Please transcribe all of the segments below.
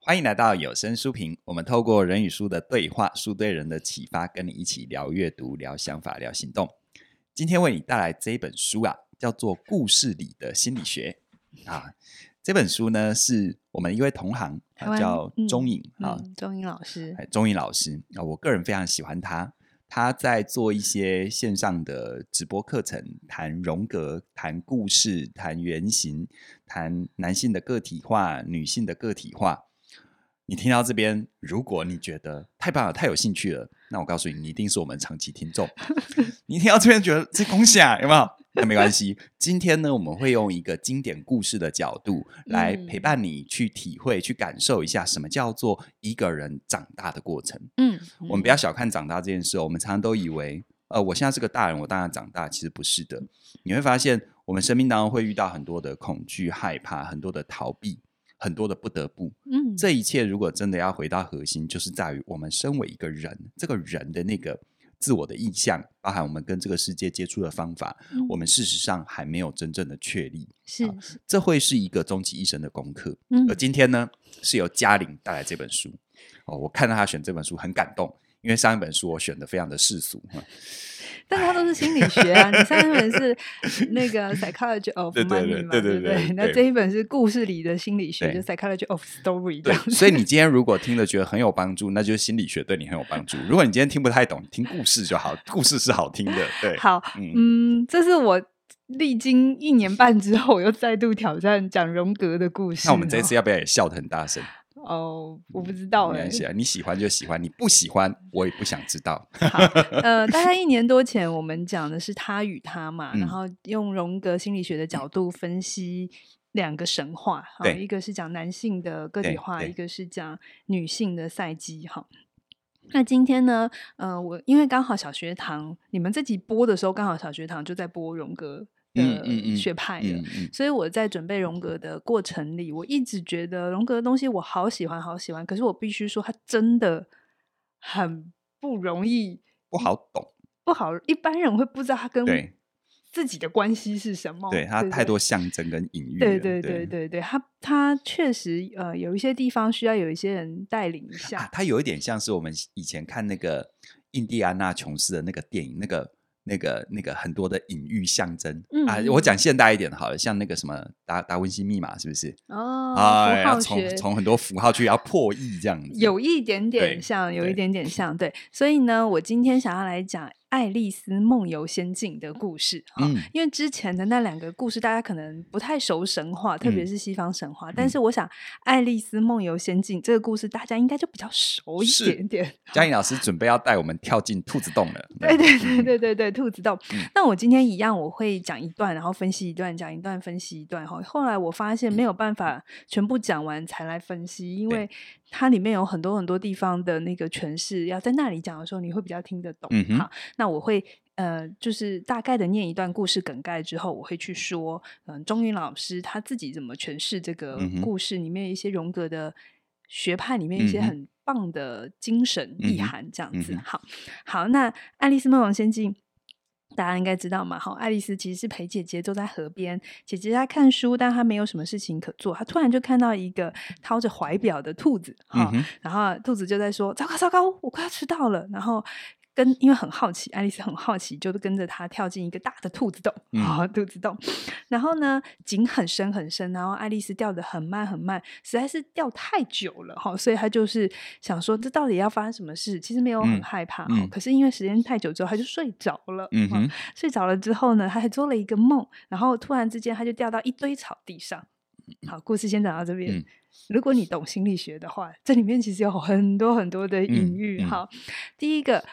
欢迎来到有声书评，我们透过人与书的对话，书对人的启发，跟你一起聊阅读、聊想法、聊行动。今天为你带来这一本书啊，叫做《故事里的心理学》啊。这本书呢，是我们一位同行叫钟颖钟颖老师。 钟颖老师我个人非常喜欢他。他在做一些线上的直播课程，谈荣格，谈故事，谈原型，谈男性的个体化，女性的个体化。你听到这边，如果你觉得太棒了，太有兴趣了，那我告诉你，你一定是我们长期听众。你听到这边觉得这恭喜啊，有没有？那没关系，今天呢，我们会用一个经典故事的角度来陪伴你去体会、去感受一下什么叫做一个人长大的过程。我们不要小看长大这件事我们常常都以为我现在是个大人，我当然长大，其实不是的。你会发现我们生命当中会遇到很多的恐惧、害怕，很多的逃避，很多的不得不。这一切如果真的要回到核心，就是在于我们身为一个人，这个人的那个自我的意向，包含我们跟这个世界接触的方法，我们事实上还没有真正的确立。这会是一个终其一生的功课。而今天呢，是由嘉玲带来这本书。我看到他选这本书很感动，因为上一本书我选的非常的世俗。 但它都是心理学啊，你上一本是那个 Psychology of Money 嘛，对不对？那这一本是故事里的心理学，就 Psychology of Story 这样子。 所以你今天如果听了觉得很有帮助，那就是心理学对你很有帮助。如果你今天听不太懂，听故事就好，故事是好听的。对， 好，这是我历经1年半之后，我又再度挑战讲荣格的故事。 那我们这次要不要也笑得很大声？ 我不知道你喜欢就喜欢，你不喜欢我也不想知道。 好，大概1年多前我们讲的是他与他嘛，然后用荣格心理学的角度分析2个神话，一个是讲男性的个体化，一个是讲女性的赛姬。那今天呢，我因为刚好小学堂，你们这集播的时候刚好小学堂就在播荣格的学派的，所以我在准备荣格的过程里，我一直觉得荣格的东西我好喜欢好喜欢，可是我必须说它真的很不容易， 不好懂， 一般人会不知道它跟自己的关系是什么。 对，它太多象征跟隐喻了。对，它确实有一些地方需要有一些人带领一下。 它有一点像是我们以前看那个印第安纳琼斯的那个电影，那个很多的隐喻象征我讲现代一点好了，像那个什么达文西密码是不是？ 符号学从很多符号去要破译这样子， 有一点点像，有一点点像。对，所以呢，我今天想要来讲爱丽丝梦游仙境的故事。因为之前的那2个故事大家可能不太熟神话，特别是西方神话，但是我想爱丽丝梦游仙境这个故事大家应该就比较熟一点点。 嘉颖老师准备要带我们跳进兔子洞了。 对，兔子洞。那我今天一样，我会讲一段，然后分析一段，讲一段分析一段。后来我发现没有办法全部讲完才来分析，因为它里面有很多很多地方的那个诠释，要在那里讲的时候你会比较听得懂。好，那我会就是大概的念一段故事梗概之后，我会去说钟云老师他自己怎么诠释这个故事里面一些荣格的学派里面一些很棒的精神意涵这样子。好，那爱丽丝梦游仙境大家应该知道嘛，爱丽丝其实是陪姐姐坐在河边，姐姐在看书，但她没有什么事情可做，她突然就看到一个掏着怀表的兔子，然后兔子就在说糟糕，我快要迟到了，然后因为很好奇，爱丽丝很好奇，就跟着她跳进一个大的兔子洞，兔子洞。然后呢，井很深很深，然后爱丽丝掉得很慢很慢，实在是掉太久了所以她就是想说，这到底要发生什么事？其实没有很害怕，可是因为时间太久之后，她就睡着了。睡着了之后呢，她还做了一个梦，然后突然之间，她就掉到一堆草地上。好，故事先讲到这边。如果你懂心理学的话，这里面其实有很多很多的隐喻。好，第一个。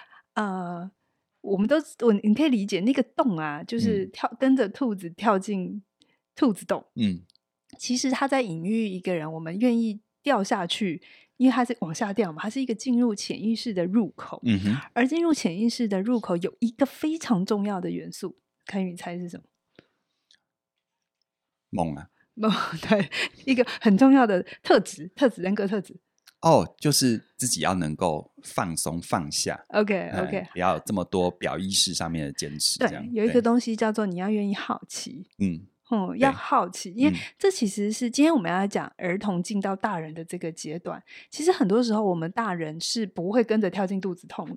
你可以理解那个洞啊，就是跟着兔子跳进兔子洞。其实他在隐喻一个人，我们愿意掉下去，因为它是往下掉嘛，它是一个进入潜意识的入口。而进入潜意识的入口有一个非常重要的元素，看你猜是什么？ 梦啊， 对，一个很重要的特质，人格特质。 就是自己要能够放松放下。 OK， 不要这么多表意识上面的坚持。 对，有一个东西叫做你要愿意好奇。 要好奇，因为这其实是今天我们要讲儿童进到大人的这个阶段。其实很多时候我们大人是不会跟着跳进兔子洞，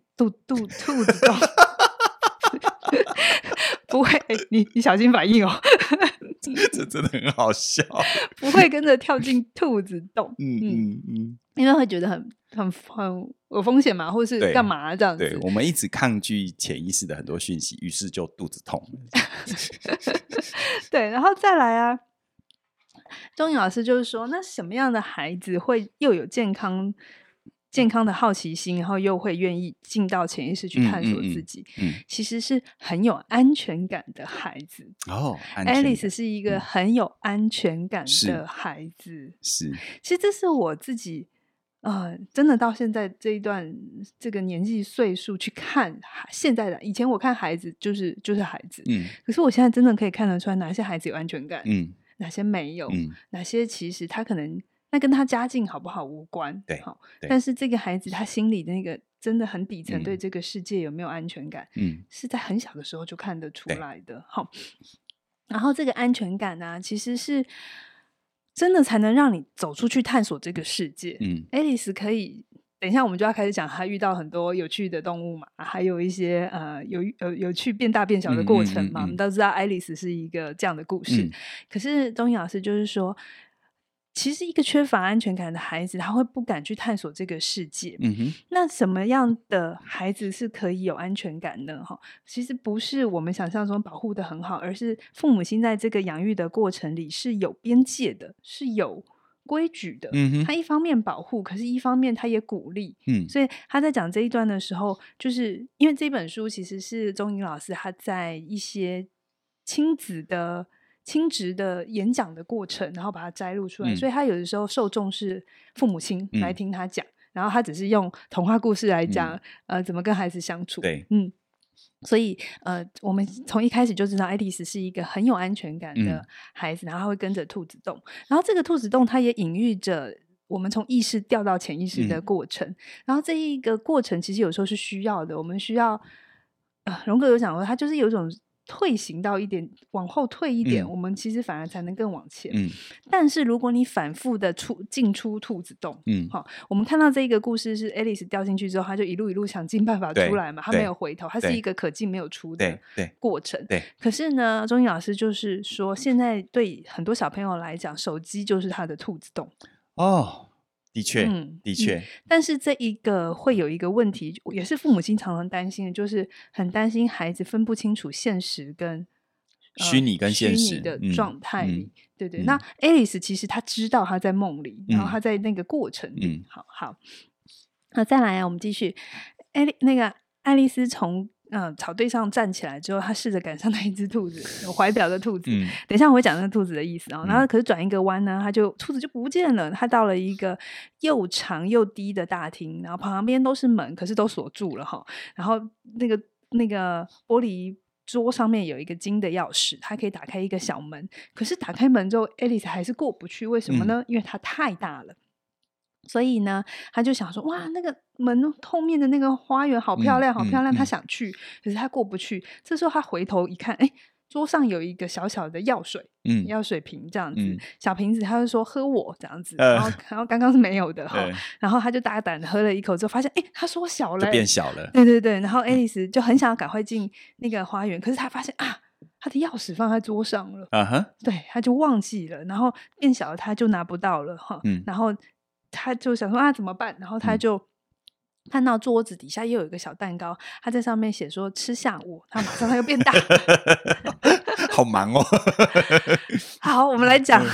不会，你小心反应哦。 这真的很好笑， 不会跟着跳进兔子洞，因为会觉得很有风险嘛，或是干嘛这样子。 对，我们一直抗拒潜意识的很多讯息，于是就肚子痛了。 对，然后再来啊，钟颖老师就是说，那什么样的孩子会又有健康的好奇心，然后又会愿意进到潜意识去探索自己，其实是很有安全感的孩子。Alice 是一个很有安全感的孩子。 是， 其实这是我自己真的到现在这一段这个年纪岁数去看现在的，以前我看孩子就是孩子，可是我现在真的可以看得出来哪些孩子有安全感，哪些没有，哪些其实他可能那跟他家境好不好无关， 对， 但是这个孩子他心里的那个真的很底层对这个世界有没有安全感，是在很小的时候就看得出来的。然后这个安全感啊，其实是真的才能让你走出去探索这个世界。Alice 可以，等一下我们就要开始讲他遇到很多有趣的动物嘛，还有一些有趣变大变小的过程嘛。我们都知道 Alice 是一个这样的故事，可是钟颖老师就是说，其实一个缺乏安全感的孩子，他会不敢去探索这个世界。那什么样的孩子是可以有安全感呢？其实不是我们想象中保护得很好，而是父母亲在这个养育的过程里是有边界的，是有规矩的。他一方面保护，可是一方面他也鼓励。所以他在讲这一段的时候，就是因为这本书其实是钟颖老师他在一些亲职的演讲的过程，然后把它摘录出来，所以他有的时候受众是父母亲来听他讲，然后他只是用童话故事来讲怎么跟孩子相处。 对， 所以我们从一开始就知道爱丽丝是一个很有安全感的孩子，然后他会跟着兔子洞，然后这个兔子洞它也隐喻着我们从意识掉到潜意识的过程，然后这一个过程其实有时候是需要的，我们需要荣格有讲过，他就是有一种退行到一点，往后退一点，我们其实反而才能更往前。但是如果你反复的进出兔子洞，我们看到这一个故事是 Alice 掉进去之后，他就一路想尽办法出来嘛，他没有回头，他是一个可进没有出的过程。可是呢，钟颖老师就是说，现在对很多小朋友来讲，手机就是他的兔子洞。 的确，的确， 但是这一个会有一个问题，也是父母亲常常担心的，就是很担心孩子分不清楚现实跟虚拟跟现实的状态里。对，那 Alice 其实他知道他在梦里，然后他在那个过程里。好，那再来我们继续。那个爱丽丝从草堆上站起来之后，他试着赶上那一只兔子，有怀表的兔子。等一下我会讲那个兔子的意思。然后可是转一个弯呢，兔子就不见了。他到了一个又长又低的大厅，然后旁边都是门，可是都锁住了哈。然后那个玻璃桌上面有一个金的钥匙，它可以打开一个小门。可是打开门之后 Alice 还是过不去，为什么呢？因为它太大了。所以呢，他就想说，哇，那个门后面的那个花园好漂亮，好漂亮，他想去，可是他过不去。这时候他回头一看，桌上有一个小小的药水，药水瓶这样子，小瓶子，他就说喝我这样子，然后刚刚是没有的哈，然后他就大胆的喝了一口之后，发现它缩小了， 就变小了， 对，然后 Alice 就很想要赶快进那个花园，可是他发现他的钥匙放在桌上了，对，他就忘记了，然后变小了，他就拿不到了哈，然后他就想说怎么办，然后他就看到桌子底下又有一个小蛋糕，他在上面写说吃下我，他马上他又变大好忙哦好，我们来讲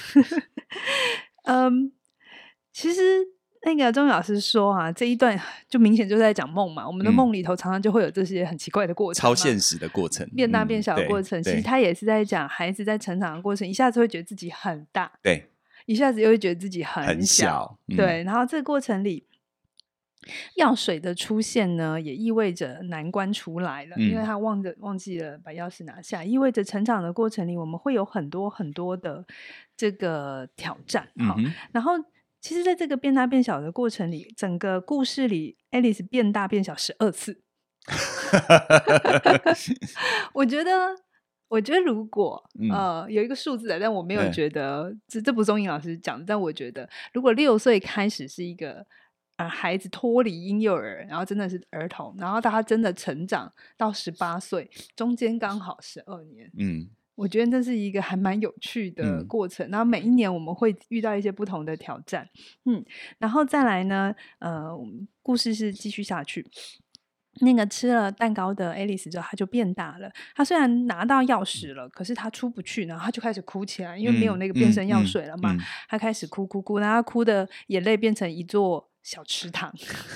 其实那个钟老师说这一段就明显就在讲梦嘛，我们的梦里头常常就会有这些很奇怪的过程， 超现实的过程， 变大变小的过程，其实他也是在讲孩子在成长的过程，一下子会觉得自己很大， 对， 一下子又会觉得自己很小，对，然后这个过程里药水的出现呢，也意味着难关出来了，因为他忘记了把钥匙拿下，意味着成长的过程里我们会有很多很多的这个挑战。然后其实在这个变大变小的过程里，整个故事里 Alice 变大变小12次我觉得我觉得如果有一个数字的，但我没有觉得这不是钟颖老师讲的，但我觉得如果6岁开始是一个孩子脱离婴幼儿，然后真的是儿童，然后到他真的成长到18岁，中间刚好12年，我觉得这是一个还蛮有趣的过程。然后每一年我们会遇到一些不同的挑战，然后再来呢，故事是继续下去。那个吃了蛋糕的 Alice 之后，她就变大了。她虽然拿到钥匙了，可是她出不去，然后她就开始哭起来，因为没有那个变身药水了嘛。她开始哭，然后她哭的眼泪变成一座小池塘。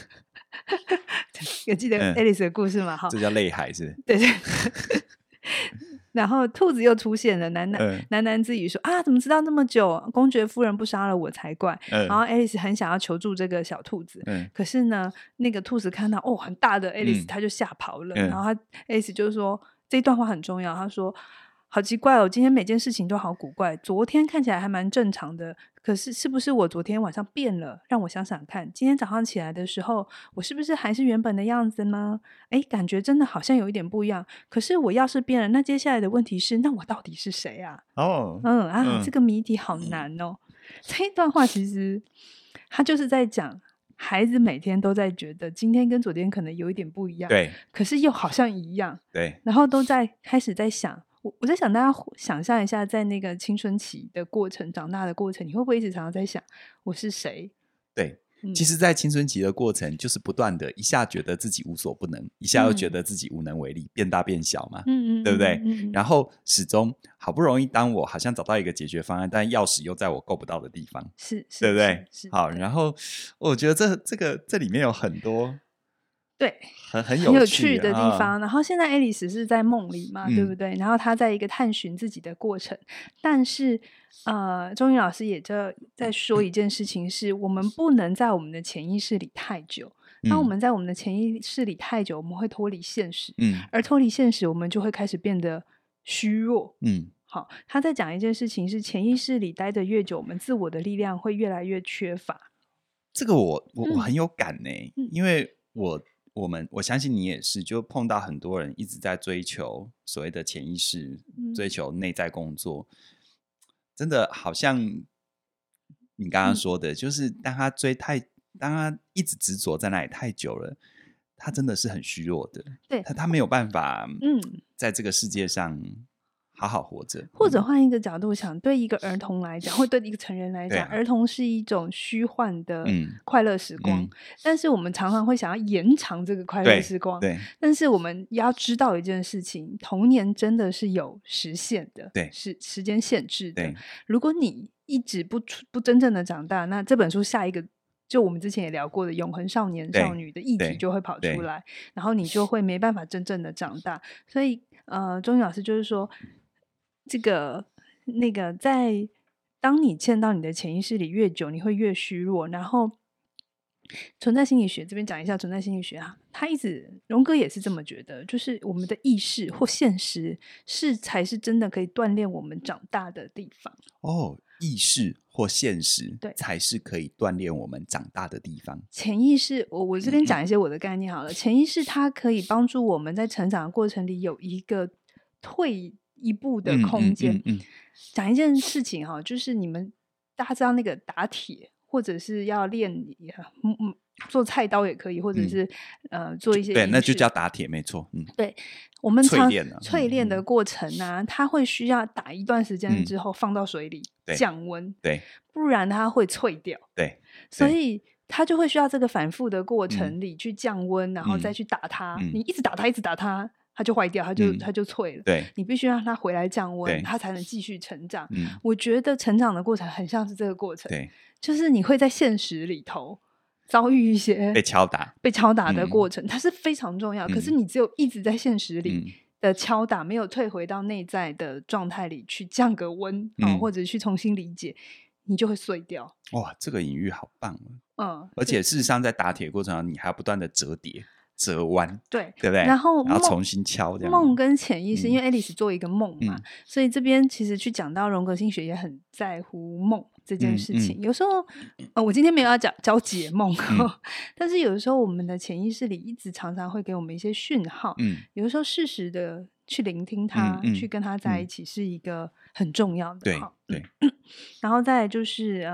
有记得 Alice 的故事吗？ 这叫泪海是？ 对。然后兔子又出现了，喃喃自语说怎么知道那么久？公爵夫人不杀了我才怪。然后 Alice 很想要求助这个小兔子，可是呢，那个兔子看到很大的 Alice，他就吓跑了。然后Alice 就说这一段话很重要，他说好奇怪哦，今天每件事情都好古怪，昨天看起来还蛮正常的，可是是不是我昨天晚上变了？让我想想看，今天早上起来的时候，我是不是还是原本的样子呢？感觉真的好像有一点不一样。可是我要是变了，那接下来的问题是，那我到底是谁啊？这个谜题好难哦。这一段话其实他就是在讲孩子每天都在觉得今天跟昨天可能有一点不一样， 对， 可是又好像一样， 对， 然后都在开始在想。我在想大家想象一下，在那个青春期的过程，长大的过程，你会不会一直常常在想我是谁？ 对，其实在青春期的过程就是不断的一下觉得自己无所不能，一下又觉得自己无能为力，变大变小嘛，对不对？然后始终好不容易当我好像找到一个解决方案，但钥匙又在我够不到的地方， 是对不对？好，然后我觉得这里面有很多对很有趣的地方。然后现在 Alice 是在梦里嘛，对不对？然后她在一个探寻自己的过程，但是钟颖老师也在说一件事情，是我们不能在我们的潜意识里太久。当我们在我们的潜意识里太久，我们会脱离现实，而脱离现实，我们就会开始变得虚弱。好，他在讲一件事情是潜意识里待得越久，我们自我的力量会越来越缺乏。 这个我很有感呢，因为我相信你也是，就碰到很多人一直在追求所谓的潜意识，追求内在工作，真的好像你刚刚说的，就是当他一直执着在那里太久了，他真的是很虚弱的， 对， 他没有办法在这个世界上好好活着。 或者换一个角度想，对一个儿童来讲，或对一个成人来讲，儿童是一种虚幻的快乐时光，但是我们常常会想要延长这个快乐时光。 对， 但是我们要知道一件事情，童年真的是有时限的， 对， 是时间限制的。如果你一直不真正的长大，那这本书下一个就我们之前也聊过的永恒少年少女的议题就会跑出来，然后你就会没办法真正的长大。所以钟颖老师就是说，这个那个在当你陷到你的潜意识里越久，你会越虚弱。然后存在心理学这边讲一下存在心理学他一直荣格也是这么觉得，就是我们的意识或现实才是真的可以锻炼我们长大的地方。 意识或现实才是可以锻炼我们长大的地方。 潜意识我这边讲一些我的概念好了。潜意识它可以帮助我们在成长的过程里有一个退一步的空间。讲一件事情就是大家知道那个打铁或者是要练做菜刀也可以，或者是做一些对，那就叫打铁，没错。 对，我们淬炼的过程它会需要打一段时间之后放到水里降温， 对， 不然它会脆掉。 对， 所以它就会需要这个反复的过程里去降温，然后再去打它。你一直打它，一直打它，它就坏掉，它就脆了。 对， 你必须让它回来降温，它才能继续成长。我觉得成长的过程很像是这个过程， 对， 就是你会在现实里头遭遇一些被敲打的过程，它是非常重要。可是你只有一直在现实里的敲打，没有退回到内在的状态里去降个温或者去重新理解，你就会碎掉。 哇，这个隐喻好棒而且事实上在打铁过程中，你还要不断的折叠折弯， 对不对？ 然后重新敲这样。 梦跟潜意识，因为 Alice 做一个梦嘛，所以这边其实去讲到荣格心理学也很在乎梦这件事情。有时候我今天没有要教解梦但是有的时候我们的潜意识里一直常常会给我们一些讯号。有的时候适时的去聆听他，去跟他在一起是一个很重要的。 对对。 然后再来就是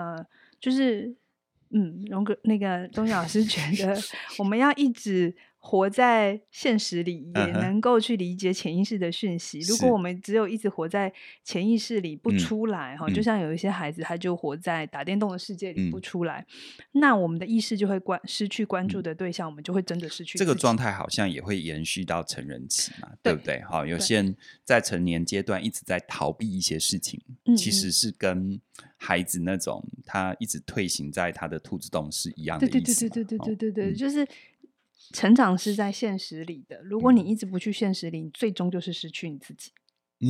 荣格那个东尼老师觉得我们要一直活在现实里，也能够去理解潜意识的讯息。如果我们只有一直活在潜意识里不出来，就像有一些孩子他就活在打电动的世界里不出来，那我们的意识就会失去关注的对象，我们就会真的失去自己。 这个状态好像也会延续到成人期嘛，对不对？有些人在成年阶段一直在逃避一些事情，其实是跟孩子那种他一直退行在他的兔子洞是一样的意思。 对，就是成长是在现实里的，如果你一直不去现实里，你最终就是失去你自己。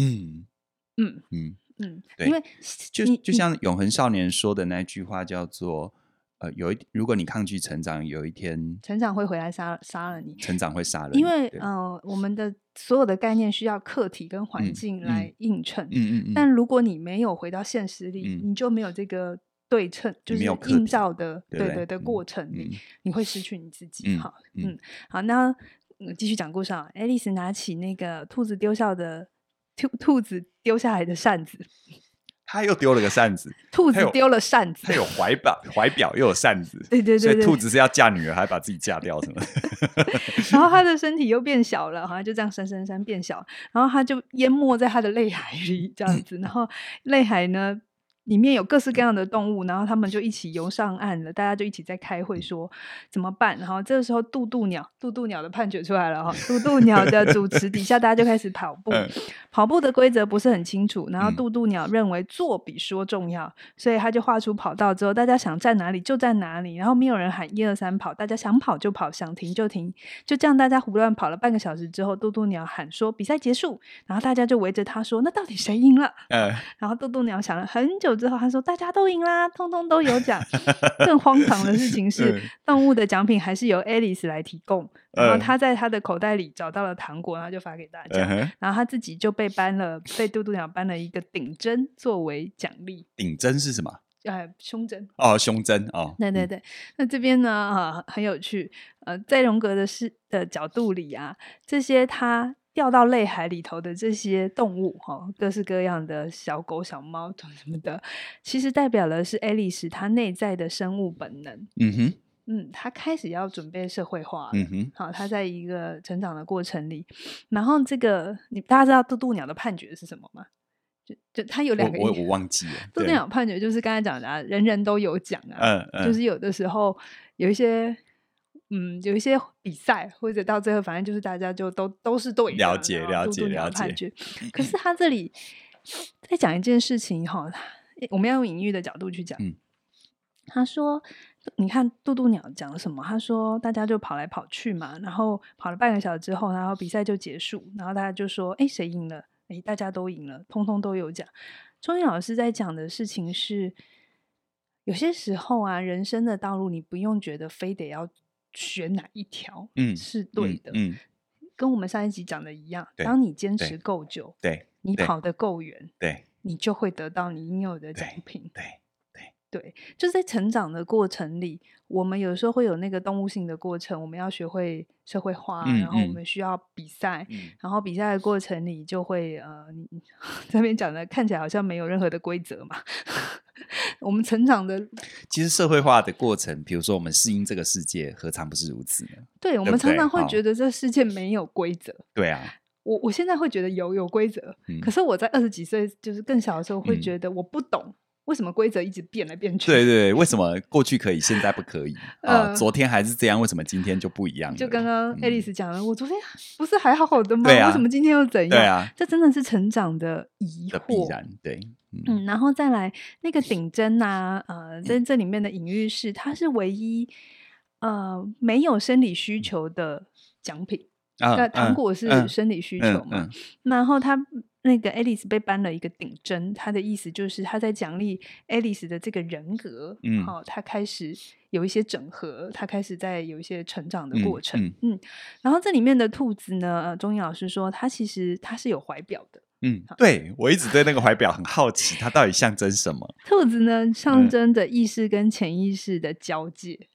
对，因为就像永恒少年说的那句话叫做如果你抗拒成长，有一天成长会回来杀了你。 成长会杀了你， 因为我们的所有的概念需要客体跟环境来映衬，但如果你没有回到现实里，你就没有这个对称，就是映照的对过程里，你会失去你自己。好，那继续讲故事啊。爱丽丝拿起那个兔子丢下来的扇子。 他又丢了个扇子， 兔子丢了扇子， 他有怀表又有扇子， 对， 所以兔子是要嫁女儿，还把自己嫁掉什么然后他的身体又变小了，好像就这样扇变小，然后他就淹没在他的泪海里这样子，然后泪海呢里面有各式各样的动物，然后他们就一起游上岸了，大家就一起在开会说怎么办。然后这个时候渡渡鸟的判决出来了，渡渡鸟的主持底下大家就开始跑步跑步的规则不是很清楚，然后渡渡鸟认为做比说重要，所以他就画出跑道之后，大家想站哪里就站哪里，然后没有人喊1、2、3跑，大家想跑就跑，想停就停，就这样大家胡乱跑了半个小时之后，渡渡鸟喊说比赛结束，然后大家就围着他说那到底谁赢了然后渡渡鸟想了很久之后，他说大家都赢啦，通通都有奖更荒唐的事情是动物的奖品还是由 Alice 来提供，然后他在他的口袋里找到了糖果，然后就发给大家然后他自己就被渡渡鸟颁了一个顶针作为奖励。 顶针是什么？ 胸针胸针对那这边呢很有趣在荣格的角度里啊，这些他掉到泪海里头的这些动物各式各样的小狗小猫什么的，其实代表的是爱丽丝她内在的生物本能。他开始要准备社会化了好，他在一个成长的过程里，然后大家知道渡渡鸟的判决是什么吗？就他有两个我忘记了。 渡渡鸟判决就是刚才讲的人人都有奖就是有的时候有一些比赛或者到最后反正就是大家就都是对的。 了解判决可是他这里在讲一件事情我们要用隐喻的角度去讲他说你看渡渡鸟讲了什么，他说大家就跑来跑去嘛，然后跑了半个小时之后，然后比赛就结束，然后大家就说谁赢了，大家都赢了，通通都有奖。钟英老师在讲的事情是有些时候啊，人生的道路你不用觉得非得要选哪一条是对的跟我们上一集讲的一样，当你坚持够久，你跑得够远，你就会得到你应有的奖品。对，就是在成长的过程里，我们有时候会有那个动物性的过程，我们要学会社会化然后我们需要比赛然后比赛的过程里就会你这边讲的看起来好像没有任何的规则嘛我们成长的其实社会化的过程，比如说我们适应这个世界何尝不是如此呢？ 对，我们常常会觉得这世界没有规则。 对啊， 我现在会觉得有规则可是我在20几岁就是更小的时候会觉得我不懂为什么规则一直变来变去。 对，为什么过去可以现在不可以昨天还是这样，为什么今天就不一样了？就刚刚爱丽丝讲了我昨天不是还好好的吗？为什么今天又怎样？这真的是成长的疑惑的必然。对然后再来那个顶针在这里面的隐喻是它是唯一没有生理需求的奖品糖果是生理需求嘛然后他那个 Alice 被颁了一个顶针，他的意思就是他在奖励 Alice 的这个人格他开始有一些整合，他开始在有一些成长的过程然后这里面的兔子呢钟英老师说他其实他是有怀表的对，我一直对那个怀表很好奇它到底象征什么。 兔子呢象征着意识跟潜意识的交界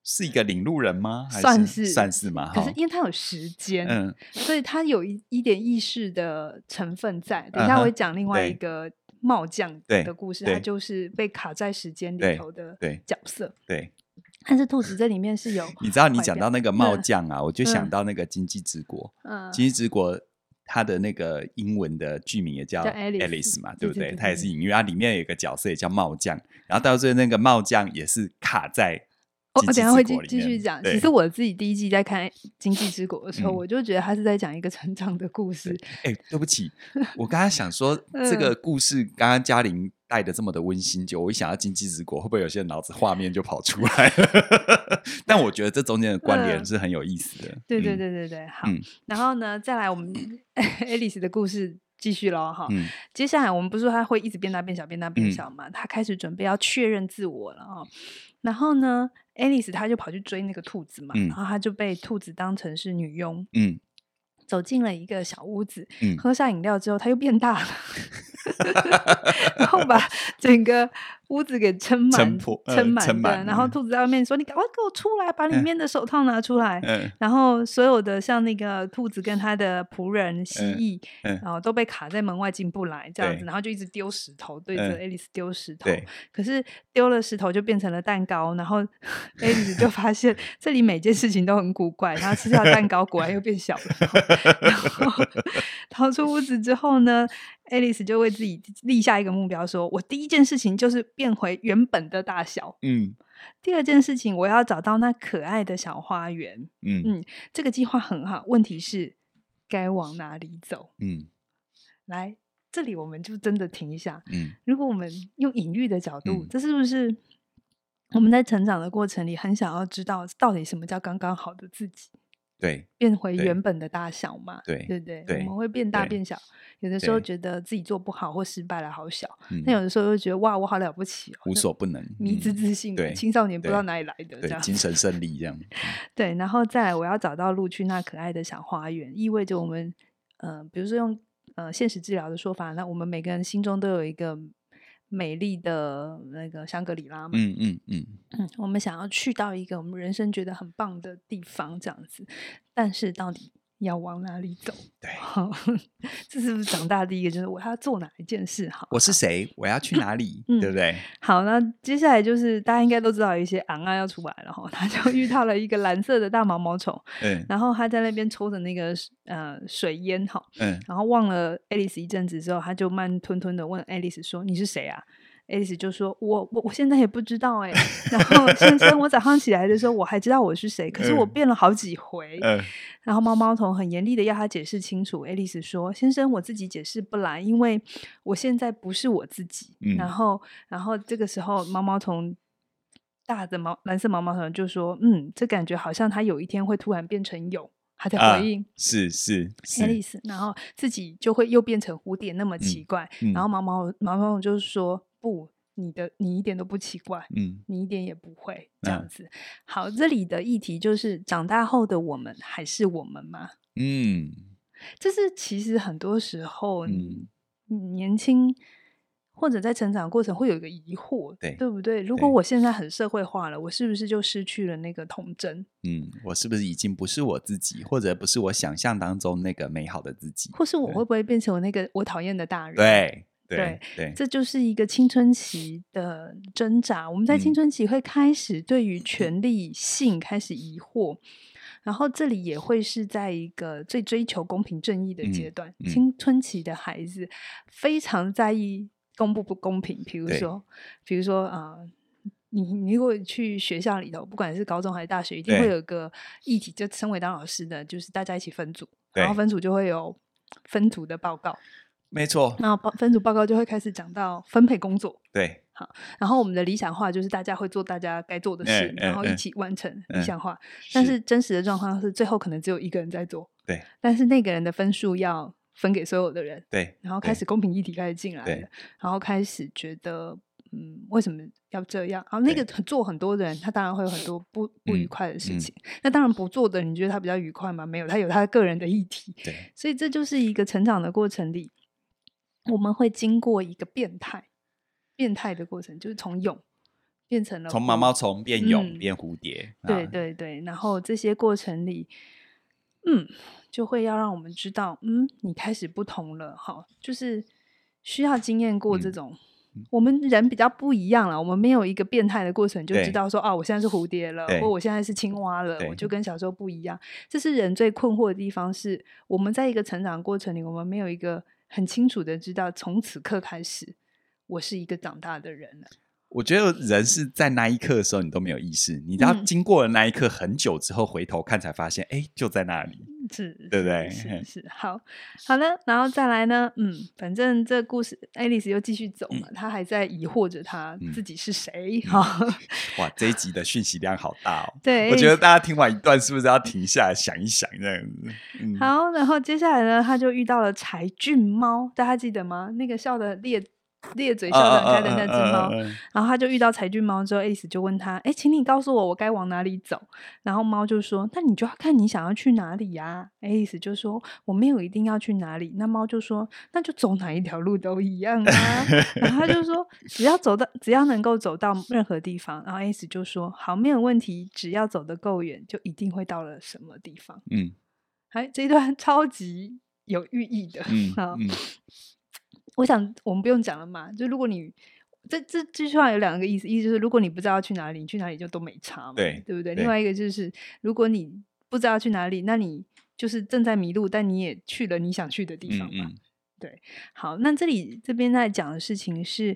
是一个领路人吗？还算是吗？ 可是因为他有时间，所以他有一点意识的成分在。等一下我会讲另外一个帽匠的故事，他就是被卡在时间里头的角色。 对， 但是兔子这里面是有， 你知道你讲到那个帽匠啊，我就想到那个经济之国。经济之国它的那个英文的剧名也叫 Alice 嘛，对不对？它也是隐喻，它里面有一个角色也叫帽匠，然后到最后那个帽匠也是卡在我等一下会继续讲。其实我自己第一季在看《经济之国》的时候，我就觉得他是在讲一个成长的故事。 对不起，我刚刚想说这个故事，刚刚嘉玲带的这么的温馨，就我一想到《经济之国》，会不会有些脑子画面就跑出来了？但我觉得这中间的关联是很有意思的。 对，好。然后呢，再来我们 Alice 的故事继续咯哈。接下来我们不是说他会一直变大变小变大变小嘛，他开始准备要确认自我了哈。然后呢 Alice 他就跑去追那个兔子嘛，然后他就被兔子当成是女佣，走进了一个小屋子，喝下饮料之后他又变大了然后把整个屋子给撑满的，然后兔子在外面说：“你赶快给我出来，把里面的手套拿出来。”然后所有的像那个兔子跟他的仆人蜥蜴，然后都被卡在门外进不来这样子，然后就一直丢石头，对着 Alice 丢石头。可是丢了石头就变成了蛋糕，然后 Alice 就发现这里每件事情都很古怪，然后吃掉蛋糕果然又变小了。然后逃出屋子之后呢，Alice 就为自己立下一个目标，说：“我第一件事情就是变回原本的大小。第二件事情，我要找到那可爱的小花园。这个计划很好，问题是该往哪里走？来，这里我们就真的停一下。如果我们用隐喻的角度，这是不是我们在成长的过程里很想要知道，到底什么叫刚刚好的自己？” 对， 变回原本的大小嘛，对不对？我们会变大变小，有的时候觉得自己做不好或失败了好小，但有的时候又觉得哇，我好了不起哦， 无所不能， 迷之自信，青少年不知道哪里来的这样， 精神胜利这样。 对，然后再来，我要找到路去那可爱的小花园，意味着我们比如说用现实治疗的说法，那我们每个人心中都有一个美丽的那个香格里拉嘛，我们想要去到一个我们人生觉得很棒的地方，这样子，但是到底要往哪里走？ 对， 这是不是长大第一个就是我要做哪一件事？好， 我是谁？我要去哪里？对不对？ 好，那接下来就是大家应该都知道有一些昂啊要出来了哈，他就遇到了一个蓝色的大毛毛虫，然后他在那边抽着那个水烟哈，然后望了 Alice 一阵子之后，他就慢吞吞的问 Alice 说：“你是谁啊？”Alice 就说：“我现在也不知道哎。然后先生，我早上起来的时候我还知道我是谁，可是我变了好几回。然后毛毛虫很严厉的要他解释清楚。Alice 说：“先生，我自己解释不来，因为我现在不是我自己。然后这个时候毛毛虫大的蓝色毛毛虫就说：“这感觉好像他有一天会突然变成蛹。”他在回应、 是 Alice， 然后自己就会又变成蝴蝶那么奇怪。然后毛毛虫就是说：“不，你一点都不奇怪，你一点也不会这样子。好，这里的议题就是长大后的我们还是我们吗？就是其实很多时候，年轻或者在成长过程会有一个疑惑，对不对？如果我现在很社会化了，我是不是就失去了那个童真？ 我是不是已经不是我自己，或者不是我想象当中那个美好的自己？ 或是我会不会变成那个我讨厌的大人？ 对， 这就是一个青春期的挣扎。我们在青春期会开始对于权力、性开始疑惑，然后这里也会是在一个最追求公平正义的阶段。青春期的孩子非常在意公不公平，比如说你如果去学校里头，不管是高中还是大学，一定会有一个议题，就身为当老师的，就是大家一起分组，然后分组就会有分组的报告。 没错， 然后分组报告就会开始讲到分配工作。 对， 好，然后我们的理想化就是大家会做大家该做的事，然后一起完成理想化。但是真实的状况是，最后可能只有一个人在做。 对， 但是那个人的分数要分给所有的人。 对， 然后开始公平议题开始进来了，然后开始觉得为什么要这样？然后那个做很多的人，他当然会有很多不愉快的事情。那当然不做的，你觉得他比较愉快吗？没有，他有他个人的议题。 对， 所以这就是一个成长的过程里。我们会经过一个变态的过程，就是从蛹变成了从毛毛虫变蛹、 嗯变蝴蝶。 对对对，然后这些过程里，就会要让我们知道，你开始不同了，哈，就是需要经验过这种。我们人比较不一样了，我们没有一个变态的过程就知道说，我现在是蝴蝶了，或我现在是青蛙了，我就跟小时候不一样。这是人最困惑的地方，是我们在一个成长过程里，我们没有一个很清楚的知道，从此刻开始，我是一个长大的人了。 我觉得人是在那一刻的时候你都没有意识，你要经过了那一刻很久之后回头看才发现，就在那里， 是， 对不对？ 是好了，然后再来呢，反正这故事爱丽丝又继续走嘛，她还在疑惑着她自己是谁。 哇，这一集的讯息量好大哦！ 对， 我觉得大家听完一段是不是要停下来想一想这样子？ 好，然后接下来呢，她就遇到了柴郡猫，大家记得吗？那个笑的咧嘴笑得很开的那只猫，然后他就遇到柴郡猫之后，爱丽丝就问他：请你告诉我该往哪里走？然后猫就说：那你就要看你想要去哪里呀。爱丽丝就说：我没有一定要去哪里。那猫就说：那就走哪一条路都一样啊。然后他就说：只要能够走到任何地方。然后爱丽丝就说：好，没有问题，只要走得够远，就一定会到了什么地方。这一段超级有寓意的。我想我们不用讲了嘛，就如果你这句话有两个意思，就是如果你不知道要去哪里，你去哪里就都没差嘛，对不对？另外一个就是如果你不知道去哪里，那你就是正在迷路，但你也去了你想去的地方嘛。对，好，那这边在讲的事情是，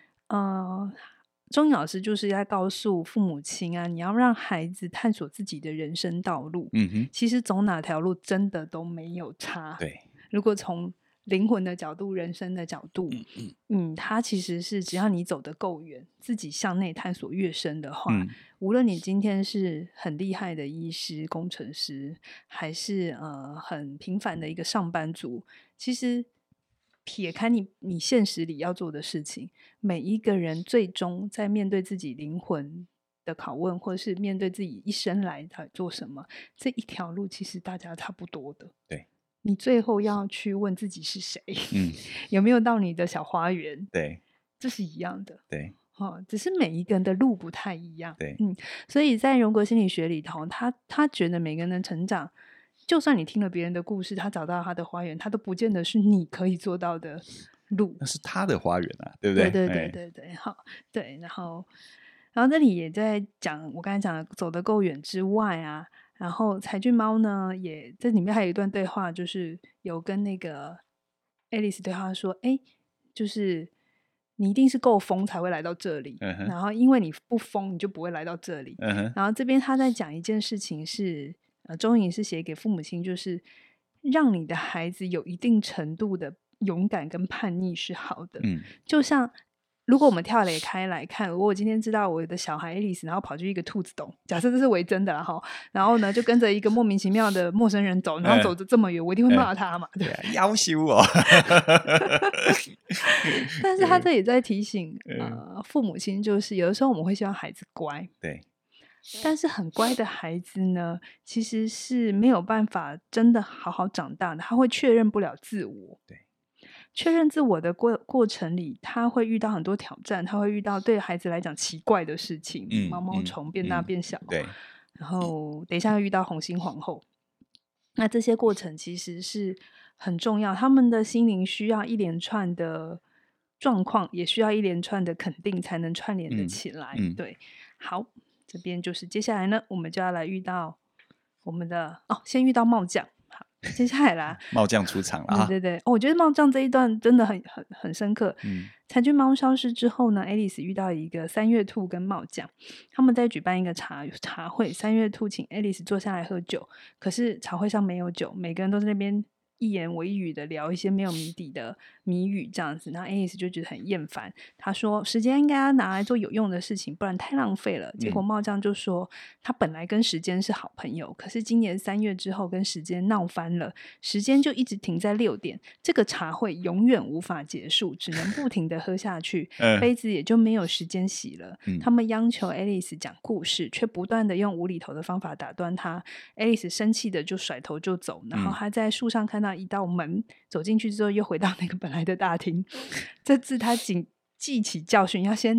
钟颖老师就是在告诉父母亲啊，你要让孩子探索自己的人生道路。其实走哪条路真的都没有差。 对， 如果从灵魂的角度、人生的角度，它其实是只要你走得够远，自己向内探索越深的话，无论你今天是很厉害的医师、工程师，还是很平凡的一个上班族，其实撇开你现实里要做的事情，每一个人最终在面对自己灵魂的拷问，或者是面对自己一生来做什么，这一条路其实大家差不多的。 对。 你最后要去问自己是谁，有没有到你的小花园？ 对， 这是一样的。 对， 只是每一个人的路不太一样。 对， 所以在荣格心理学里头，他觉得每个人的成长，就算你听了别人的故事，他找到他的花园，他都不见得是你可以做到的路。 那是他的花园啊，对不对？ 对，好，对，然后这里也在讲我刚才讲的走得够远之外啊。然后柴郡猫呢，也这里面还有一段对话，就是有跟那个爱丽丝对话说，就是你一定是够疯才会来到这里，然后因为你不疯，你就不会来到这里。然后这边他在讲一件事情是，钟颖是写给父母亲，就是让你的孩子有一定程度的勇敢跟叛逆是好的。就像如果我们跳垒开来看，如果我今天知道我的小孩爱丽丝，然后跑去一个兔子洞，假设这是为真的啦，然后呢就跟着一个莫名其妙的陌生人走，然后走着这么远，我一定会骂他嘛，对吧？ 夭寿哦。 但是他这也在提醒父母亲，就是有的时候我们会希望孩子乖， 对， 但是很乖的孩子呢，其实是没有办法真的好好长大的，他会确认不了自我。 对。 确认自我的过程里，他会遇到很多挑战，他会遇到对孩子来讲奇怪的事情，毛毛虫变大变小， 对， 然后等一下会遇到红心皇后。那这些过程其实是很重要，他们的心灵需要一连串的状况，也需要一连串的肯定，才能串联的起来。对，好，这边就是接下来呢，我们就要来遇到我们的先遇到帽匠。接下来啦， 帽匠出场了。 对，我觉得帽匠这一段真的很深刻。柴郡猫消失之后呢，爱丽丝遇到一个三月兔跟帽匠，他们在举办一个茶会。三月兔请爱丽丝坐下来喝酒，可是茶会上没有酒，每个人都在那边一言我一语的聊一些没有谜底的谜语这样子，然后爱丽丝就觉得很厌烦，她说时间应该要拿来做有用的事情，不然太浪费了。结果帽匠就说他本来跟时间是好朋友，可是今年3月之后跟时间闹翻了，时间就一直停在6点，这个茶会永远无法结束，只能不停的喝下去杯子也就没有时间洗了。他们央求爱丽丝讲故事，却不断的用无厘头的方法打断她。爱丽丝生气的就甩头就走，然后她在树上看到一道门，走进去之后又回到那个本来的大厅。这次她记起教训，要先拿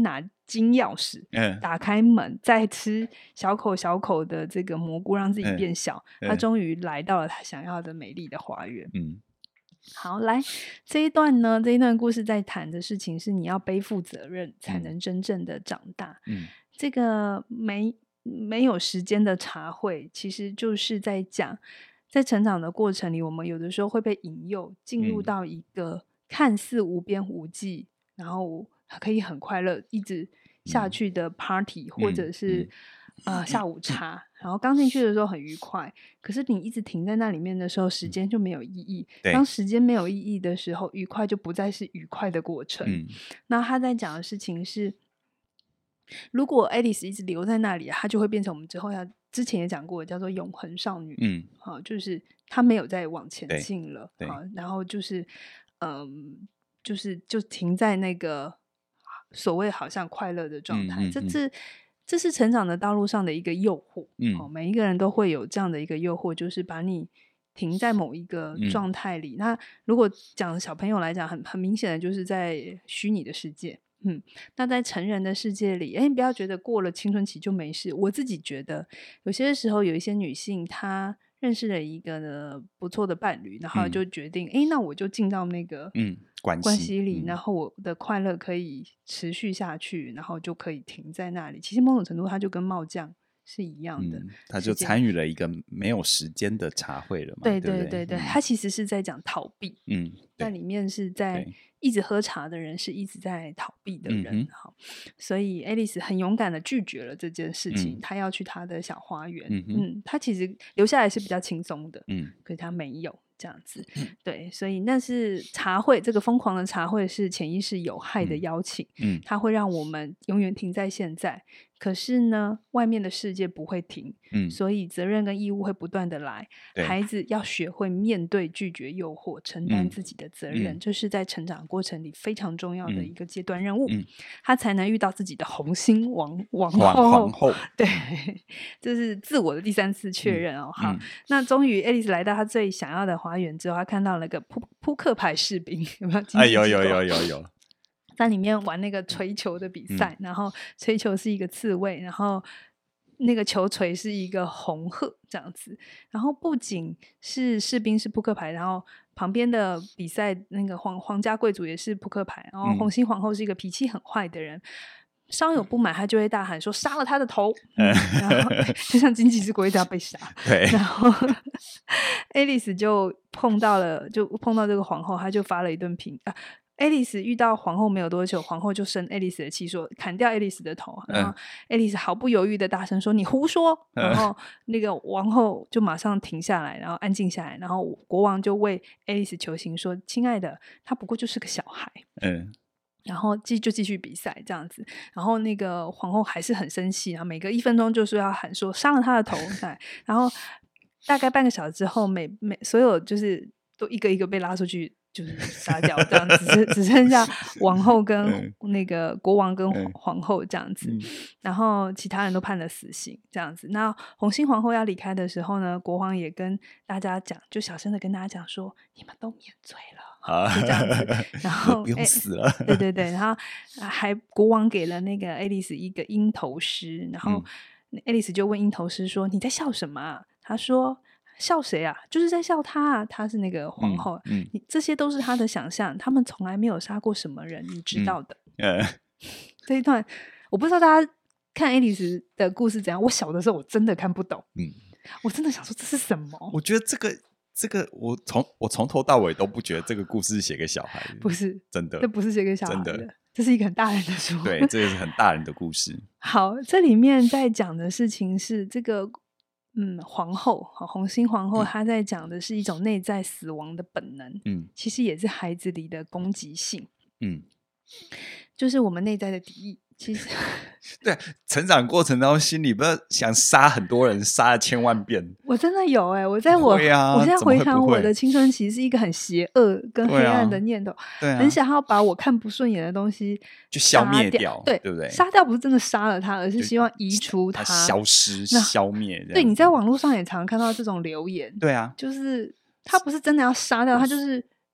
金钥匙，打开门，再吃小口小口的这个蘑菇，让自己变小，他终于来到了他想要的美丽的花园。好，来这一段故事在谈的事情是你要背负责任才能真正的长大。这个没有时间的茶会其实就是在讲在成长的过程里，我们有的时候会被引诱进入到一个看似无边无际，然后可以很快乐一直下去的 party，或者是下午茶，然后刚进去的时候很愉快，可是你一直停在那里面的时候，时间就没有意义。当时间没有意义的时候，愉快就不再是愉快的过程。那他在讲的事情是，如果 Alice 一直留在那里，她就会变成我们之前也讲过的叫做永恒少女。就是她没有再往前进了，然后就是就停在那个所谓好像快乐的状态。这是成长的道路上的一个诱惑。每一个人都会有这样的一个诱惑，就是把你停在某一个状态里。那如果讲小朋友来讲，很明显的就是在虚拟的世界。那在成人的世界里，你不要觉得过了青春期就没事。我自己觉得有些时候有一些女性她认识了一个不错的伴侣，然后就决定那我就进到那个关系里，然后我的快乐可以持续下去，然后就可以停在那里。其实某种程度它就跟帽匠是一样的， 他就参与了一个没有时间的茶会了嘛。 对，他其实是在讲逃避。在里面是在一直喝茶的人是一直在逃避的人。所以 Alice 很勇敢的拒绝了这件事情，他要去他的小花园。他其实留下来是比较轻松的，可是他没有这样子。对，所以那是茶会，这个疯狂的茶会是潜意识有害的邀请。它会让我们永远停在现在，可是呢外面的世界不会停。所以责任跟义务会不断的来。孩子要学会面对拒绝诱惑，承担自己的责任，这是在成长过程里非常重要的一个阶段任务。他才能遇到自己的红心王后。对，这是自我的第3次确认。好，那终于 Alice 来到他最想要的花园之后，他看到了个扑克牌士兵，有没有？ 有在里面玩那个锤球的比赛，然后锤球是一个刺猬，然后那个球锤是一个红鹤这样子。然后不仅是士兵是扑克牌，然后旁边的比赛那个皇家贵族也是扑克牌，然后红心皇后是一个脾气很坏的人，稍有不满他就会大喊说杀了他的头。然后就像经济之国一直要被杀。然后Alice 就碰到这个皇后，他就发了一顿Alice 遇到皇后没有多久，皇后就生 Alice 的气，说砍掉 Alice 的头。然后 Alice 毫不犹豫的大声说你胡说。然后那个王后就马上停下来，然后安静下来，然后国王就为 Alice 求情说亲爱的，他不过就是个小孩。然后就继续比赛这样子。然后那个皇后还是很生气，然后每隔1分钟就是要喊说杀了他的头。然后大概半个小时之后，所有就是都一个一个被拉出去就是杀掉这样子，只剩下王后跟那个国王跟皇后这样子。然后其他人都判了死刑这样子。那红心皇后要离开的时候呢，国王也跟大家讲，就小声的跟大家讲说你们都免罪了，就这样子。然后不用死了。 对，然后国王给了那个 Alice 一个鹰头狮，然后 Alice 就问鹰头狮说你在笑什么啊？他说笑谁啊？就是在笑他啊，他是那个皇后。这些都是他的想象，他们从来没有杀过什么人，你知道的。这一段我不知道大家看 Alice 的故事怎样，我小的时候我真的看不懂。我真的想说这是什么。 我觉得这个我从头到尾都不觉得这个故事是写给小孩的。 不是真的，这不是写给小孩的，这是一个很大人的书。 对，这个是很大人的故事。 好，这里面在讲的事情是这个皇后红心皇后，她在讲的是一种内在死亡的本能。其实也是孩子里的攻击性。就是我们内在的敌意。其实对，成长过程当中心里不是想杀很多人，杀了1000万遍。 我真的有我现在回想我的青春期是一个很邪恶跟黑暗的念头。很想要把我看不顺眼的东西就消灭掉。对不对？ 杀掉不是真的杀了他，而是希望移除他消失消灭。 对，你在网络上也常看到这种留言。 对啊， 就是他不是真的要杀掉他，就是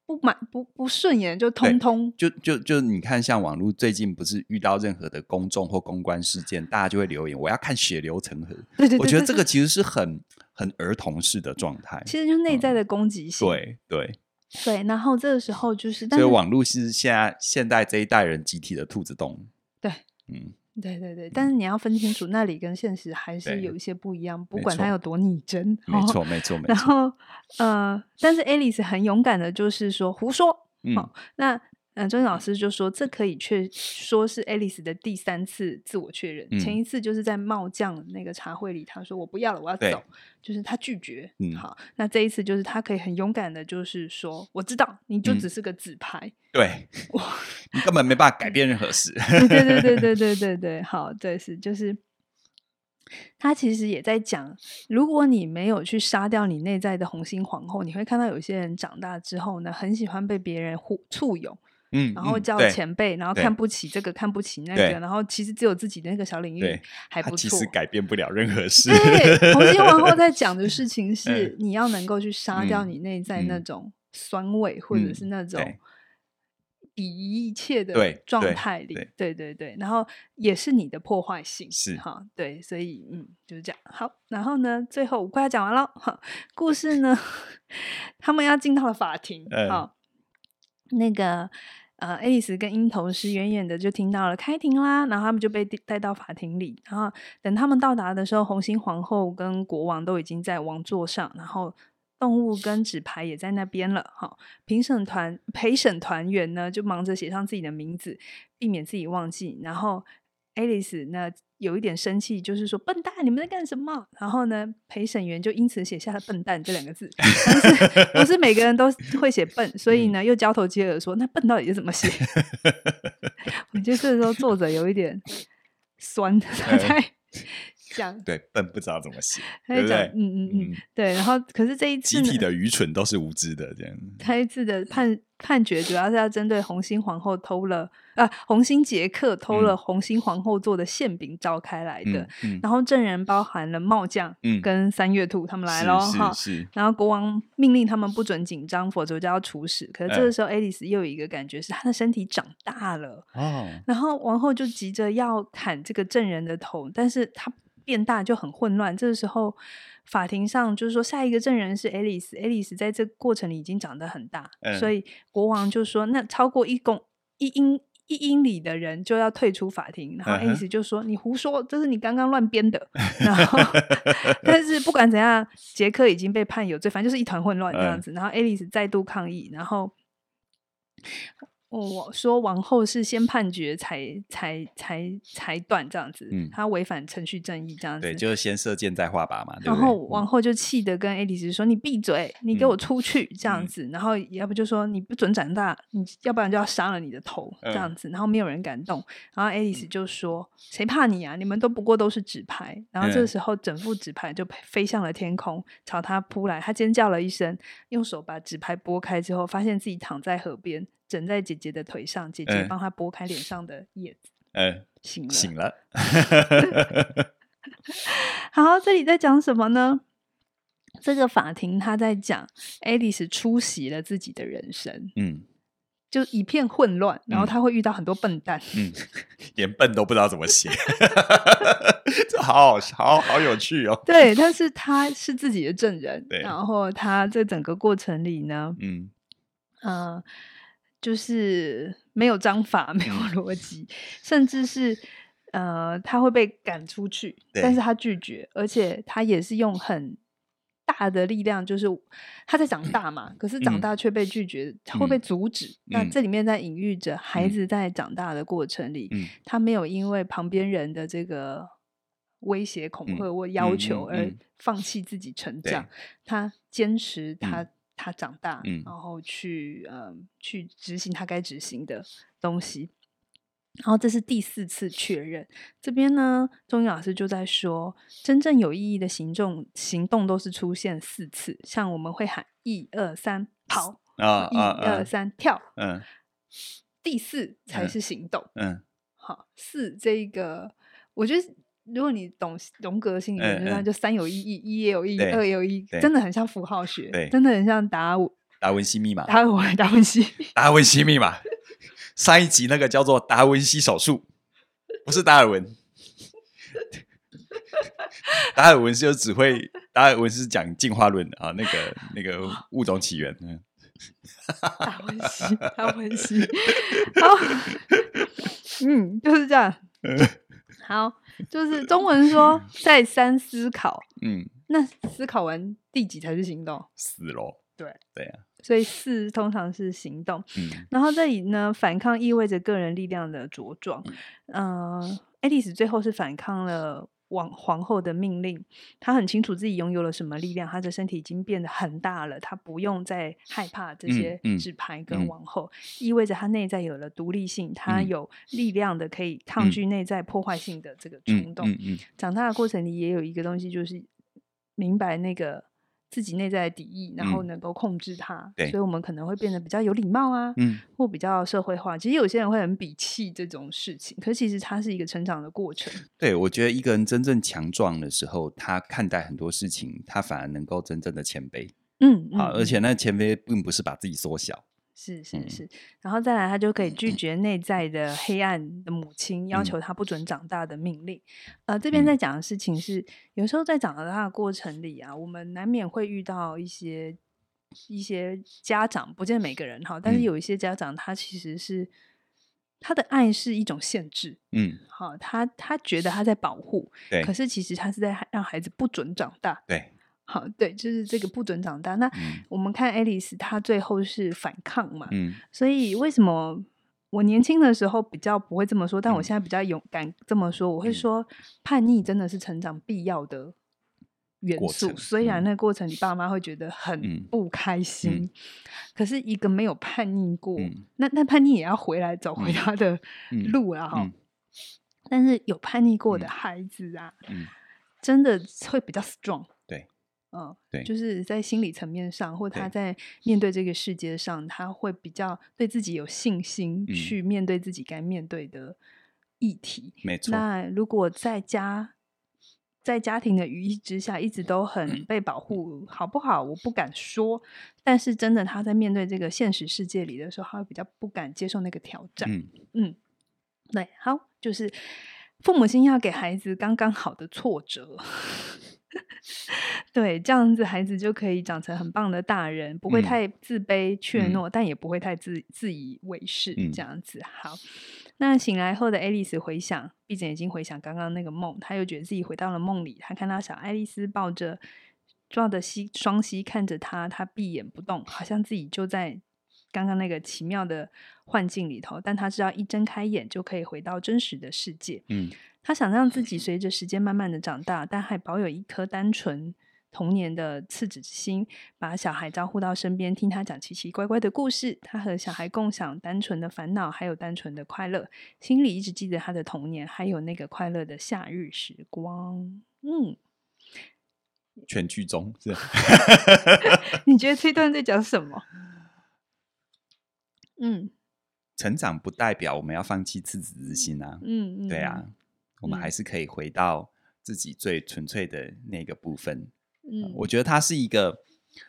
不顺眼就通通就你看，像网络最近不是遇到任何的公众或公关事件，大家就会留言我要看血流成河。 对， 我觉得这个其实是很儿童式的状态， 其实就是内在的攻击性。 对， 然后这个时候就是， 所以网络是现代这一代人集体的兔子洞。 对，对，但是你要分清楚，那里跟现实还是有一些不一样，不管它有多拟真。 没错。 然后但是 Alice 很勇敢的，就是说胡说。那周老师就说，这可以说是 Alice 的第3次自我确认。前一次就是在帽匠那个茶会里，他说我不要了，我要走，就是他拒绝。好，那这一次就是他可以很勇敢的，就是说我知道你就只是个纸牌。 对，你根本没办法改变任何事。 对，好，对，就是他其实也在讲，如果你没有去杀掉你内在的红心皇后，你会看到有些人长大之后呢，很喜欢被别人簇拥，然后叫前辈，然后看不起这个看不起那个，然后其实只有自己的那个小领域还不错，他其实改变不了任何事。 对，红心皇后在讲的事情是你要能够去杀掉你内在那种酸味，或者是那种鄙夷一切的状态里。对，然后也是你的破坏性。 是对，所以就是这样。好，然后呢，最后我快要讲完了。故事呢，他们要进到了法庭。那个Alice 跟鹰头狮远远的就听到了开庭啦，然后他们就被带到法庭里，然后等他们到达的时候，红心皇后跟国王都已经在王座上，然后动物跟纸牌也在那边了。陪审团员呢就忙着写上自己的名字，避免自己忘记。然后 Alice 呢有一点生气，就是说笨蛋你们在干什么，然后呢陪审员就因此写下了笨蛋这2个字。但是不是每个人都会写笨，所以呢又交头接耳说那笨到底是怎么写。我觉得这时候作者有一点酸，他在讲对笨不知道怎么写，对不对？ 对。然后可是这一次集体的愚蠢都是无知的，这样。 这一次的判决主要是要针对红心皇后红心杰克偷了红心皇后做的馅饼召开来的。然后证人包含了帽匠跟3月兔他们来咯。 是。 然后国王命令他们不准紧张，否则就要处死。可是这个时候 Alice 又有一个感觉是她的身体长大了。然后王后就急着要砍这个证人的头，但是她变大就很混乱。这个时候法庭上就是说下一个证人是 Alice 在这个过程里已经长得很大。所以国王就说那超过1英里的人就要退出法庭。然后 Alice 就说你胡说，这是你刚刚乱编的。然后但是不管怎样，杰克已经被判有罪，反正就是一团混乱这样子。然后 Alice 再度抗议，然后我说王后是先判决裁断这样子。她违反程序正义这样子。 对，就是先射箭再画靶嘛。 然后王后就气得跟 Alice 说你闭嘴，你给我出去这样子。然后要不就说你不准长大，你要不然就要杀了你的头这样子。然后没有人敢动。然后 Alice 就说谁怕你啊，你们不过都是纸牌。然后这个时候整副纸牌就飞向了天空，朝他扑来。他尖叫了一声，用手把纸牌拨开之后，发现自己躺在河边，枕在姐姐的腿上，姐姐帮他拨开脸上的叶子。醒了。好，这里在讲什么呢？这个法庭他在讲 Alice 出席了自己的人生。就一片混乱，然后他会遇到很多笨蛋。 连笨都不知道怎么写。这好有趣哦。 对，但是他是自己的证人。然后他这整个过程里呢就是没有章法，没有逻辑，甚至是他会被赶出去，但是他拒绝，而且他也是用很大的力量，就是他在长大嘛，可是长大却被拒绝，他会被阻止。那这里面在隐喻着孩子在长大的过程里，他没有因为旁边人的这个威胁恐吓或要求而放弃自己成长，他坚持他长大，然后去执行他该执行的东西。然后这是第4次确认。这边呢，钟英老师就在说，真正有意义的行动都是出现4次，像我们会喊1、2、3跑，1、2、3跳，第4才是行动。好，4这个，我觉得如果你懂荣格心理学，就3有意义，1也有意义，2也有意义，真的很像符号学，真的很像达达文西密码， 达文西， 达文西密码。上一集那个叫做达文西手术，不是达尔文。达尔文就只会，达尔文是讲进化论啊，那个物种起源。 达文西，好，就是这样。好，就是中文说再三思考，那思考完第几才是行动？ 死咯。对啊， 所以4通常是行动。然后这里呢，反抗意味着个人力量的茁壮。爱丽丝最后是反抗了皇后的命令，她很清楚自己拥有了什么力量，她的身体已经变得很大了，她不用再害怕这些纸牌跟王后，意味着她内在有了独立性，她有力量的可以抗拒内在破坏性的这个冲动。长大的过程里也有一个东西，就是明白那个自己内在的敌意，然后能够控制它，所以我们可能会变得比较有礼貌啊，或比较社会化。其实有些人会很鄙弃这种事情，可是其实它是一个成长的过程。 对，我觉得一个人真正强壮的时候，他看待很多事情，他反而能够真正的谦卑。而且那谦卑并不是把自己缩小。 是，然后再来他就可以拒绝内在的黑暗的母亲要求他不准长大的命令。这边在讲的事情是有时候在长大的过程里啊，我们难免会遇到一些家长，不见得每个人但是有一些家长他其实是他的爱是一种限制。他觉得他在保护，可是其实他是在让孩子不准长大。对，就是这个不准长大。那我们看爱丽丝，她最后是反抗嘛，所以为什么我年轻的时候比较不会这么说，但我现在比较勇敢这么说，我会说叛逆真的是成长必要的元素。虽然那个过程你爸妈会觉得很不开心，可是一个没有叛逆过，那叛逆也要回来走回他的路啊。但是有叛逆过的孩子啊，真的会比较 strong。对，就是在心理层面上，或他在面对这个世界上，他会比较对自己有信心，去面对自己该面对的议题。 没错。 那如果在家庭的羽翼之下，一直都很被保护，好不好？我不敢说，但是真的他在面对这个现实世界里的时候，他会比较不敢接受那个挑战。对，好，就是父母亲要给孩子刚刚好的挫折。对，这样子孩子就可以长成很棒的大人，不会太自卑怯懦，但也不会太自以为是，这样子。好，那醒来后的爱丽丝回想，闭着眼睛回想刚刚那个梦，她又觉得自己回到了梦里。她看到小爱丽丝抱着抓的双膝看着她，她闭眼不动，好像自己就在刚刚那个奇妙的幻境里头，但她知道一睁开眼就可以回到真实的世界。他想让自己随着时间慢慢的长大，但还保有一颗单纯童年的赤子之心，把小孩招呼到身边，听他讲奇奇怪怪的故事。他和小孩共享单纯的烦恼，还有单纯的快乐，心里一直记得他的童年，还有那个快乐的夏日时光。 全剧终是你觉得这段在讲什么？ 成长不代表我们要放弃赤子之心啊。对啊，我们还是可以回到自己最纯粹的那个部分。我觉得它是一个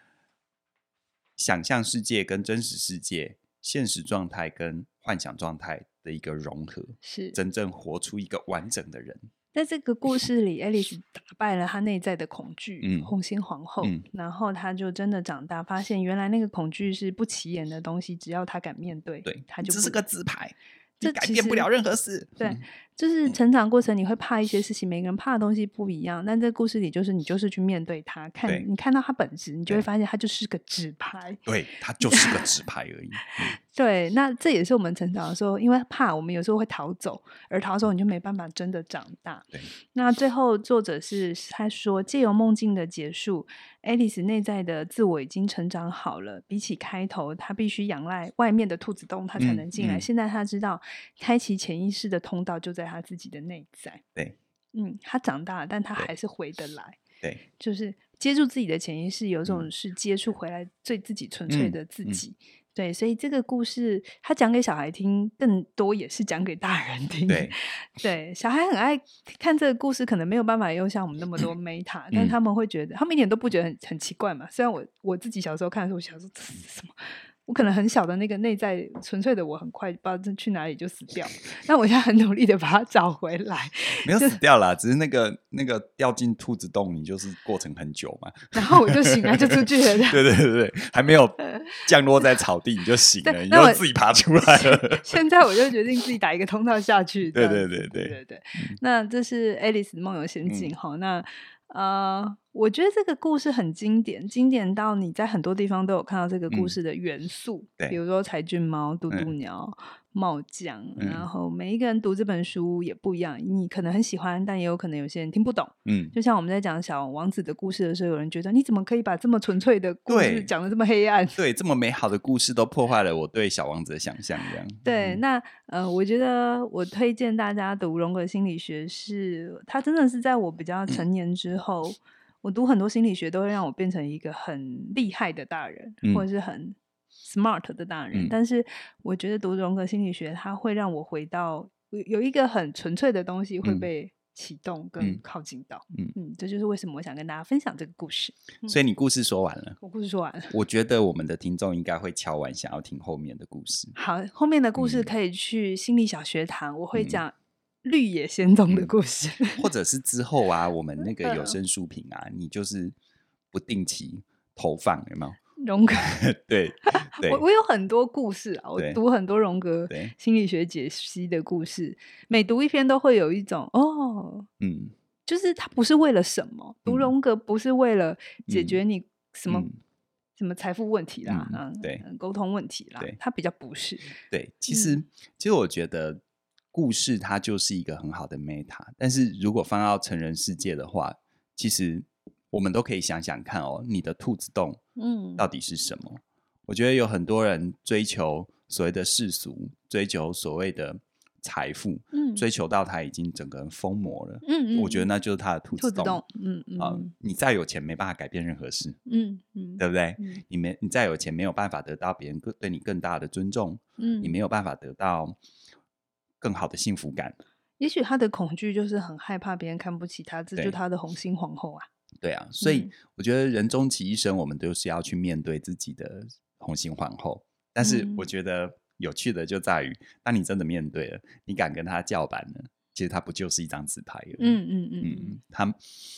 想象世界跟真实世界、现实状态跟幻想状态的一个融合，是真正活出一个完整的人。 在这个故事里，爱丽丝打败了她内在的恐惧，红心皇后，然后她就真的长大，发现原来那个恐惧是不起眼的东西，只要她敢面对，她就这是个纸牌，这改变不了任何事。 对，就是成长过程你会怕一些事情，每个人怕的东西不一样，但这故事里就是你就是去面对它，你看到它本质，你就会发现它就是个纸牌。 对，它就是个纸牌而已。 对，那这也是我们成长的时候，因为怕我们有时候会逃走，而逃走你就没办法真的长大。 对， 那最后作者他说，借由梦境的结束，爱丽丝内在的自我已经成长好了，比起开头她必须仰赖外面的兔子洞她才能进来，现在她知道开启潜意识的通道就在她自己的内在。 对， 她长大了，但她还是回得来。 对， 就是接触自己的潜意识，有种是接触回来最自己纯粹的自己。 对，所以这个故事他讲给小孩听，更多也是讲给大人听。 对对，小孩很爱看这个故事，可能没有办法用像我们那么多 meta，但他们会觉得，他们一点都不觉得很奇怪嘛。虽然我自己小时候看的时候，我想说这是什么？我可能很小的那个内在纯粹的我，很快不知道去哪里就死掉。但我现在很努力的把它找回来。 没有死掉啦，只是那个掉进兔子洞，你就是过程很久嘛。 然后我就醒来就出去了。 对对对对，还没有降落在草地你就醒了，你就自己爬出来了。 现在我就决定自己打一个通道下去。 对对对对对对。那这是 Alice 的梦游仙境哈。那我觉得这个故事很经典，经典到你在很多地方都有看到这个故事的元素，比如说柴郡猫、嘟嘟鸟、帽匠，然后每一个人读这本书也不一样，你可能很喜欢，但也有可能有些人听不懂。就像我们在讲小王子的故事的时候，有人觉得你怎么可以把这么纯粹的故事讲得这么黑暗？对， 这么美好的故事都破坏了我对小王子的想象。这样对，那我觉得我推荐大家读荣格心理学它真的是在我比较成年之后，我读很多心理学都会让我变成一个很厉害的大人，或者是很 smart 的大人。但是我觉得读荣格心理学，它会让我回到有一个很纯粹的东西会被启动跟靠近到。这就是为什么我想跟大家分享这个故事。 所以你故事说完了？ 我故事说完了。 我觉得我们的听众应该会敲完想要听后面的故事。 好，后面的故事可以去心理小学堂，我会讲绿野仙踪的故事， 或者是之后啊，我们那个有声书评啊，你就是不定期投放，有没有？ 荣格对我有很多故事啊，我读很多荣格心理学解析的故事，每读一篇都会有一种就是它不是为了什么，读荣格不是为了解决你什么财富问题啦，沟通问题啦，它比较不是。 对，其实我觉得故事它就是一个很好的 meta， 但是如果放到成人世界的话，其实我们都可以想想看哦，你的兔子洞到底是什么？我觉得有很多人追求所谓的世俗，追求所谓的财富，追求到他已经整个人疯魔了。我觉得那就是他的兔子洞。你再有钱没办法改变任何事，对不对？你再有钱没有办法得到别人对你更大的尊重，你没有办法得到更好的幸福感。 也许他的恐惧就是很害怕别人看不起他，这就是他的红心皇后啊。 对啊，所以我觉得人终其一生，我们都是要去面对自己的红心皇后。但是我觉得有趣的就在于，当你真的面对了，你敢跟他叫板呢，其实他不就是一张纸牌而已。他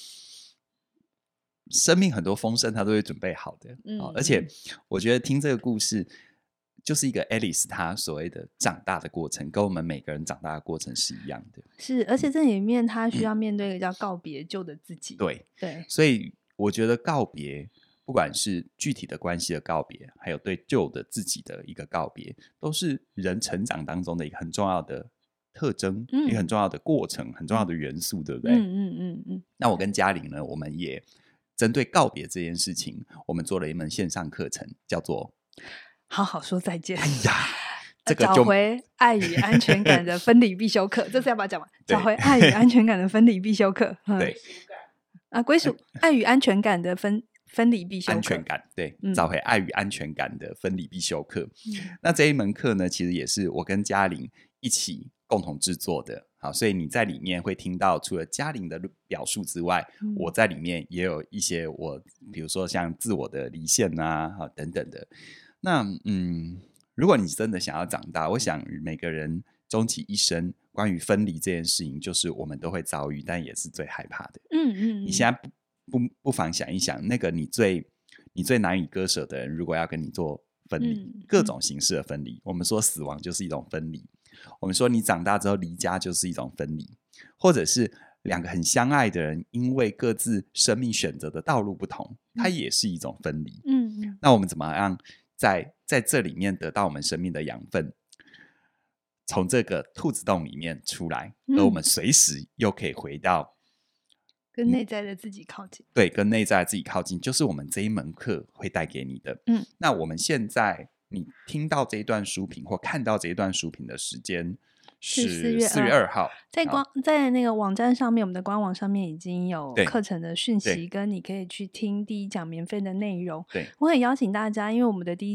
生命很多丰盛他都会准备好的。而且我觉得听这个故事就是一个 Alice 她所谓的长大的过程，跟我们每个人长大的过程是一样的。 是，而且这里面她需要面对一个叫告别旧的自己。 对，所以我觉得告别，不管是具体的关系的告别，还有对旧的自己的一个告别，都是人成长当中的一个很重要的特征，一个很重要的过程，很重要的元素，对不对？那我跟嘉玲呢，我们也针对告别这件事情，我们做了一门线上课程，叫做好好说再见。 哎呀，这个找回爱与安全感的分离必修课，这次要把它讲完。找回爱与安全感的分离必修课。 对归属爱与安全感的分离必修课。 安全感，对，找回爱与安全感的分离必修课。那这一门课呢，其实也是我跟嘉玲一起共同制作的。好，所以你在里面会听到除了嘉玲的表述之外，我在里面也有一些我比如说像自我的离线啊等等的。那如果你真的想要长大，我想每个人终其一生关于分离这件事情，就是我们都会遭遇，但也是最害怕的。你现在不妨想一想，那个你最难以割舍的人，如果要跟你做分离，各种形式的分离，我们说死亡就是一种分离，我们说你长大之后离家就是一种分离，或者是两个很相爱的人因为各自生命选择的道路不同，它也是一种分离。那我们怎么样在这里面得到我们生命的养分，从这个兔子洞里面出来，而我们随时又可以回到跟内在的自己靠近。 对，跟内在的自己靠近，就是我们这一门课会带给你的。那我们现在你听到这一段书评或看到这一段书评的时间是4月2号， 在那个网站上面，我们的官网上面已经有课程的讯息，跟你可以去听第一讲免费的内容。 对， 我很邀请大家，因为我们的第一讲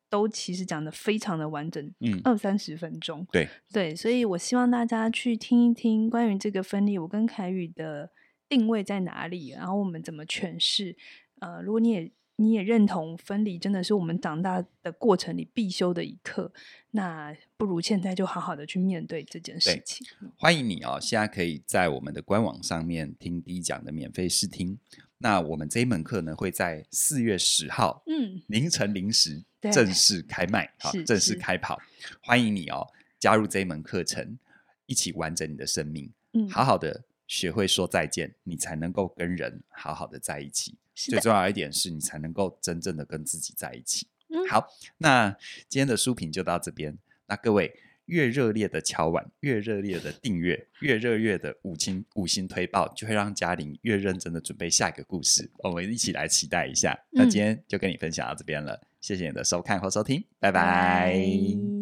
都其实讲的非常的完整，20-30分钟。 对， 所以我希望大家去听一听关于这个分离，我跟凯宇的定位在哪里，然后我们怎么诠释。如果你也认同分离真的是我们长大的过程里必修的一课，那不如现在就好好的去面对这件事情。 欢迎你哦，现在可以在我们的官网上面听第一讲的免费试听。那我们这一门课呢，会在4月10号凌晨0时正式开卖，正式开跑。欢迎你哦，加入这一门课程，一起完整你的生命，好好的学会说再见，你才能够跟人好好的在一起。最重要一点是你才能够真正的跟自己在一起。好，那今天的书评就到这边。那各位越热烈的敲碗，越热烈的订阅，越热烈的五星推爆，就会让嘉玲越认真的准备下一个故事。我们一起来期待一下。那今天就跟你分享到这边了，谢谢你的收看或收听，拜拜。